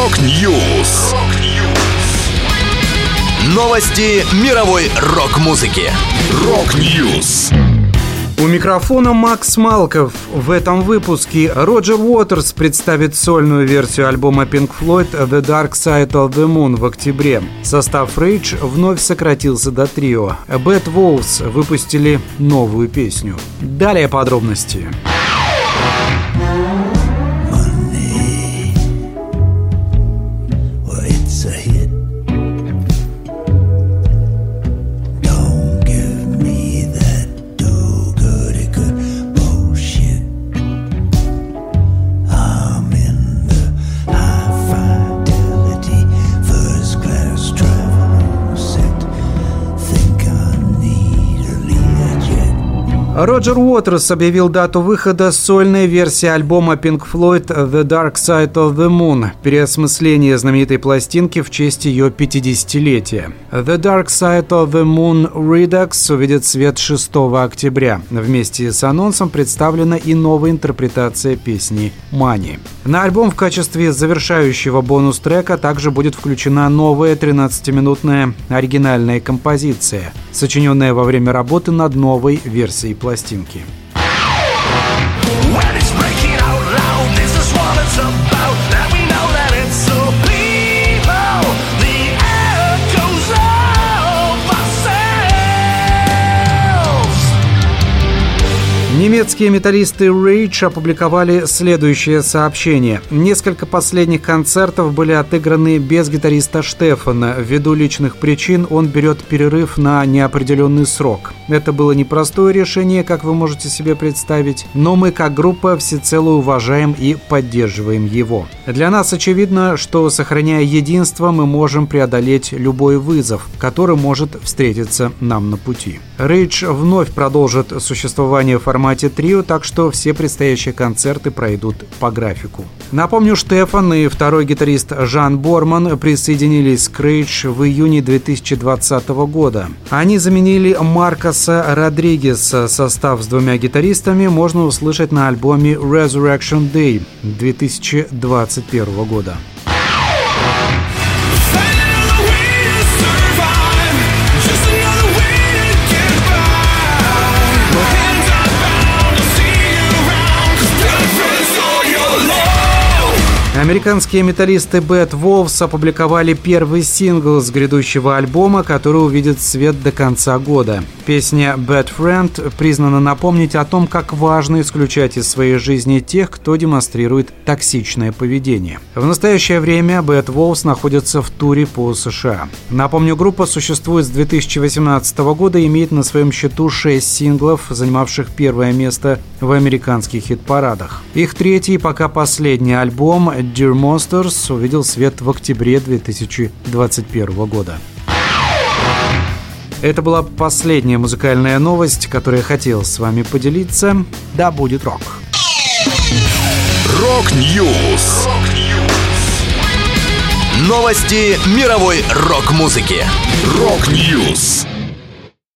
Рок-Ньюс. Новости мировой рок-музыки. Рок-Ньюс. У микрофона Макс Малков. В этом выпуске Роджер Уотерс представит сольную версию альбома Pink Floyd The Dark Side of the Moon в октябре. Состав Rage вновь сократился до трио. Bad Wolves выпустили новую песню. Далее подробности. Роджер Уотерс объявил дату выхода сольной версии альбома Pink Floyd The Dark Side of the Moon, переосмысление знаменитой пластинки в честь ее 50-летия. The Dark Side of the Moon Redux увидит свет 6 октября. Вместе с анонсом представлена и новая интерпретация песни Money. На альбом в качестве завершающего бонус-трека также будет включена новая 13-минутная оригинальная композиция, сочиненная во время работы над новой версией пластинки. Немецкие металлисты Rage опубликовали следующее сообщение. Несколько последних концертов были отыграны без гитариста Штефана. Ввиду личных причин он берет перерыв на неопределенный срок. Это было непростое решение, как вы можете себе представить, но мы как группа всецело уважаем и поддерживаем его. Для нас очевидно, что, сохраняя единство, мы можем преодолеть любой вызов, который может встретиться нам на пути. Rage вновь продолжит существование в формате трио, так что все предстоящие концерты пройдут по графику. Напомню, Штефан и второй гитарист Жан Борман присоединились к Rage в июне 2020 года. Они заменили Маркоса Родригеса. Состав с двумя гитаристами можно услышать на альбоме Resurrection Day 2021 года. Американские металлисты Bad Wolves опубликовали первый сингл с грядущего альбома, который увидит свет до конца года. Песня Bad Friend признана напомнить о том, как важно исключать из своей жизни тех, кто демонстрирует токсичное поведение. В настоящее время Bad Wolves находятся в туре по США. Напомню, группа существует с 2018 года и имеет на своем счету 6 синглов, занимавших первое место в американских хит-парадах. Их третий, пока последний альбом Dear Monsters увидел свет в октябре 2021 года. Это была последняя музыкальная новость, которую я хотел с вами поделиться. Да будет рок! Рок-Ньюс. Новости мировой рок-музыки. Рок-Ньюс.